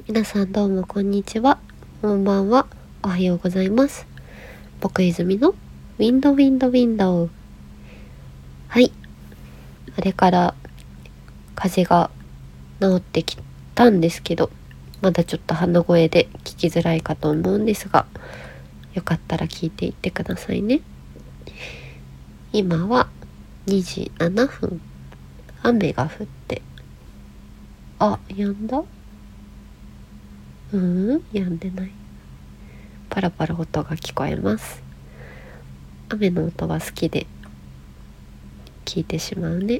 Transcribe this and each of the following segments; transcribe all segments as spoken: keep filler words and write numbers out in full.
皆さんどうもこんにちは、こんばんは、おはようございます。僕泉のウィンドウィンドウィンドウ。はい、あれから風邪が治ってきたんですけど、まだちょっと鼻声で聞きづらいかと思うんですが、よかったら聞いていってくださいね。今はにじななふん、雨が降って、あ、止んだ？うーん、止んでない。パラパラ音が聞こえます。雨の音は好きで聞いてしまうね。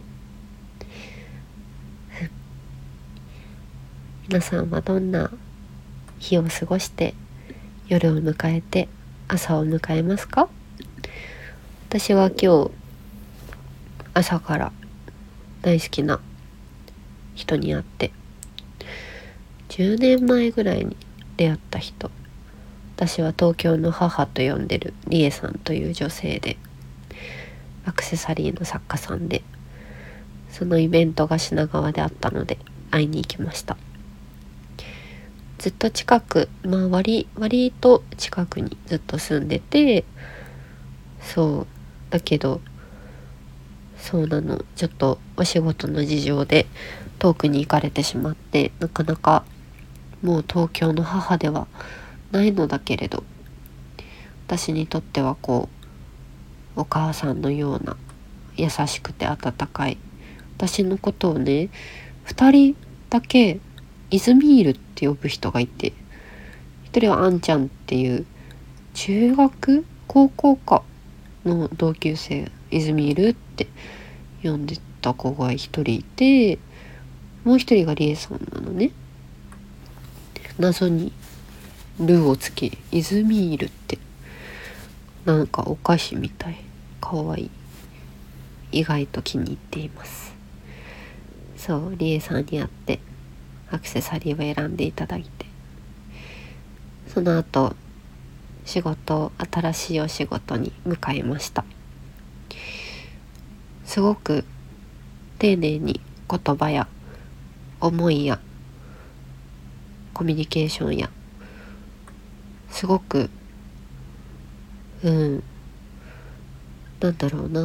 皆さんはどんな日を過ごして夜を迎えて朝を迎えますか？私は今日朝から大好きな人に会って、じゅうねんまえぐらいに出会った人、私は東京の母と呼んでるリエさんという女性で、アクセサリーの作家さんで、そのイベントが品川であったので会いに行きました。ずっと近く、まあ割割と近くにずっと住んでて、そうだけどそうなの、ちょっとお仕事の事情で遠くに行かれてしまって、なかなかもう東京の母ではないのだけれど、私にとってはこうお母さんのような優しくて温かい、私のことをね、二人だけイズミールって呼ぶ人がいて、一人はあんちゃんっていう中学高校かの同級生、イズミールって呼んでた子が一人いて、もう一人がリエさんなのね。謎にルをつけ、イズミールってなんかお菓子みたい、かわいい。意外と気に入っています。そう、リエさんに会ってアクセサリーを選んでいただいて、その後仕事、新しいお仕事に向かいました。すごく丁寧に言葉や思いやコミュニケーションや、すごくうんなんだろうな、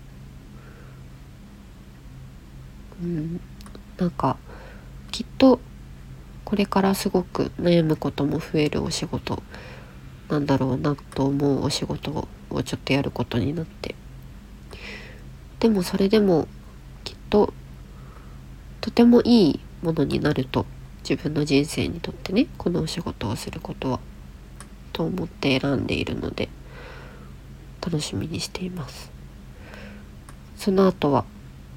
うんなんかきっとこれからすごく悩むことも増えるお仕事なんだろうなと思うお仕事をちょっとやることになって、でもそれでもきっととてもいいものになると、自分の人生にとってね、このお仕事をすることはと思って選んでいるので楽しみにしています。その後は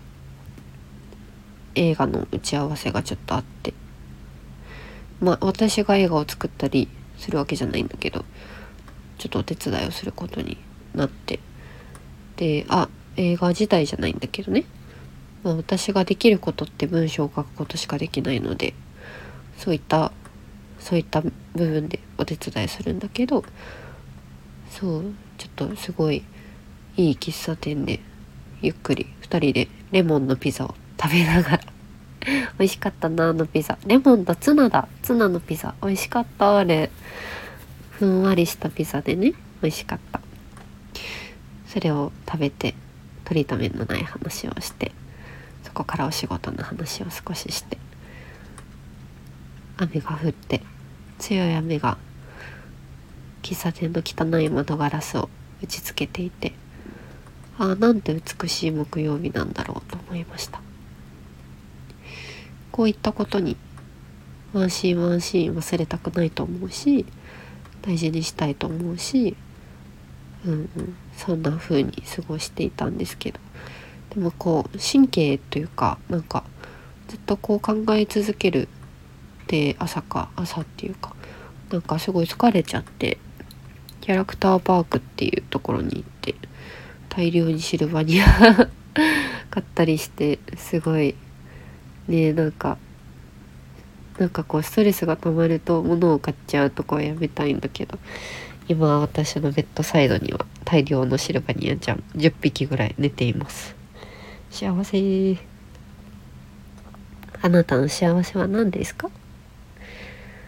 映画の打ち合わせがちょっとあって、まあ私が映画を作ったりするわけじゃないんだけど、ちょっとお手伝いをすることになって、で、あ、映画自体じゃないんだけどね、まあ、私ができることって文章を書くことしかできないので、そういったそういった部分でお手伝いするんだけど、そうちょっとすごいいい喫茶店でゆっくりふたりでレモンのピザを食べながら美味しかったな、あのピザ。レモンとツナだツナのピザ美味しかった。あれふんわりしたピザでね、美味しかった。それを食べて、取り留めのない話をして、そこからお仕事の話を少しして、雨が降って、強い雨が喫茶店の汚い窓ガラスを打ちつけていて、ああ、なんて美しい木曜日なんだろうと思いました。こういったことにワンシーンワンシーン忘れたくないと思うし、大事にしたいと思うし、うんうん、そんな風に過ごしていたんですけど、でもこう神経というか、なんかずっとこう考え続けるで、朝か朝っていうか、なんかすごい疲れちゃって、キャラクターパークっていうところに行って大量にシルバニア買ったりして、すごいね、なんかなんかこうストレスが溜まると物を買っちゃうとこはやめたいんだけど、今私のベッドサイドには大量のシルバニアちゃんじゅっぴきぐらい寝ています。幸せ。あなたの幸せは何ですか？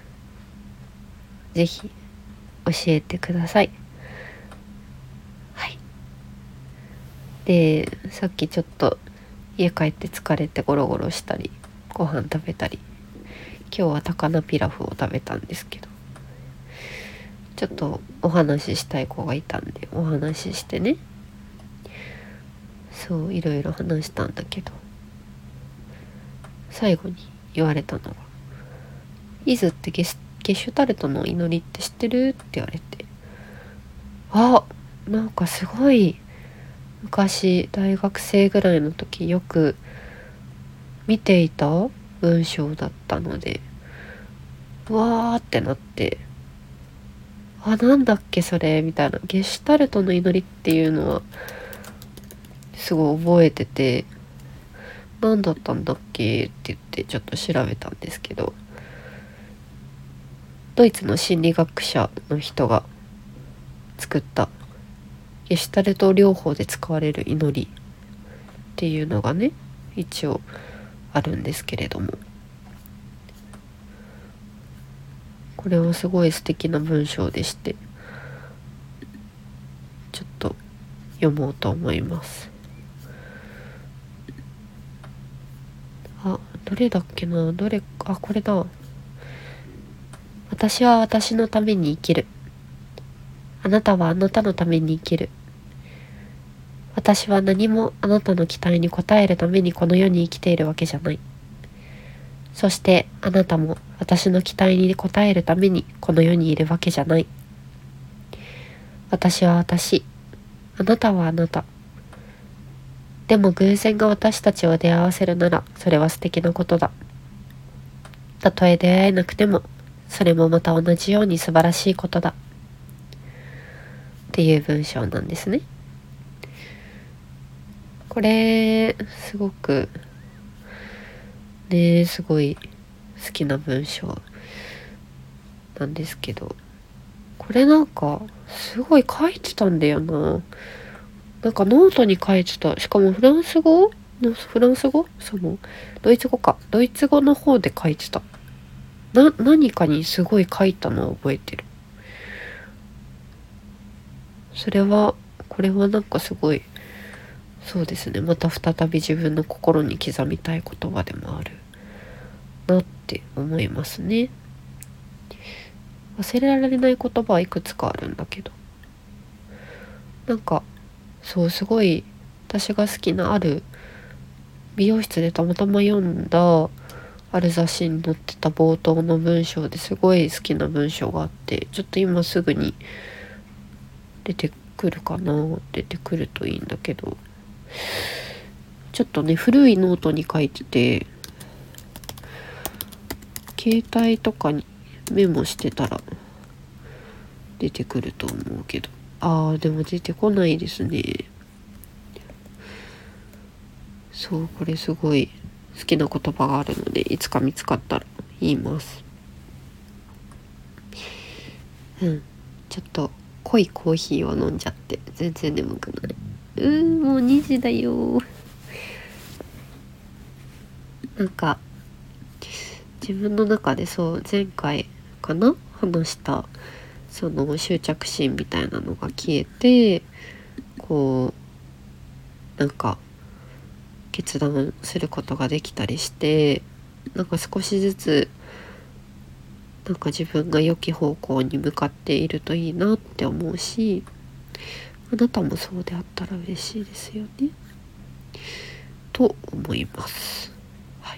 ぜひ教えてください。はい。で、さっきちょっと家帰って疲れてゴロゴロしたり、ご飯食べたり、今日は高菜ピラフを食べたんですけど、ちょっとお話ししたい子がいたんでお話ししてね、そういろいろ話したんだけど、最後に言われたのが「イズってゲシゲシュタルトの祈りって知ってる?」って言われて、あ、なんかすごい昔大学生ぐらいの時よく見ていた文章だったので、わーってなって、あ、なんだっけそれみたいな、ゲシュタルトの祈りっていうのはすごい覚えてて、何だったんだっけって言ってちょっと調べたんですけど、ドイツの心理学者の人が作ったゲシュタルト療法で使われる祈りっていうのがね、一応あるんですけれども、これはすごい素敵な文章でして、ちょっと読もうと思います。あ、どれだっけな、どれ、あ、これだ。私は私のために生きる。あなたはあなたのために生きる。私は何もあなたの期待に応えるためにこの世に生きているわけじゃない。そしてあなたも私の期待に応えるためにこの世にいるわけじゃない。私は私、あなたはあなた。でも偶然が私たちを出会わせるならそれは素敵なことだ。たとえ出会えなくてもそれもまた同じように素晴らしいことだ。っていう文章なんですね。これすごくね、すごい好きな文章なんですけど、これなんかすごい書いてたんだよな。なんかノートに書いてた。しかもフランス語のフランス語そのドイツ語かドイツ語の方で書いてた。な何かにすごい書いたのを覚えてる。それはこれはなんかすごい、そうですね、また再び自分の心に刻みたい言葉でもあるなって思いますね。忘れられない言葉はいくつかあるんだけど、なんかそうすごい私が好きなある美容室でたまたま読んだある雑誌に載ってた冒頭の文章ですごい好きな文章があって、ちょっと今すぐに出てくるかな、出てくるといいんだけど、ちょっとね古いノートに書いてて、携帯とかにメモしてたら出てくると思うけど、あーでも出てこないですね。そう、これすごい好きな言葉があるのでいつか見つかったら言います。うん、ちょっと濃いコーヒーを飲んじゃって全然眠くない。うーん、もうにじだよ。なんか自分の中でそう前回かな話したその執着心みたいなのが消えて、こうなんか決断することができたりして、なんか少しずつなんか自分が良き方向に向かっているといいなって思うし、あなたもそうであったら嬉しいですよねと思います。はい。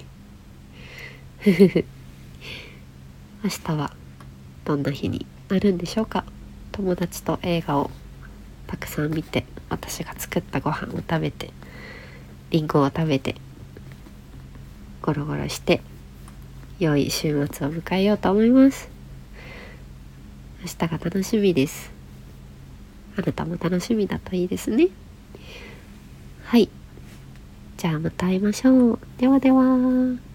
明日はどんな日になるんでしょうか。友達と映画をたくさん見て、私が作ったご飯を食べて、リンゴを食べて、ゴロゴロして良い週末を迎えようと思います。明日が楽しみです。あなたも楽しみだといいですね。はい、じゃあまた会いましょう。ではでは。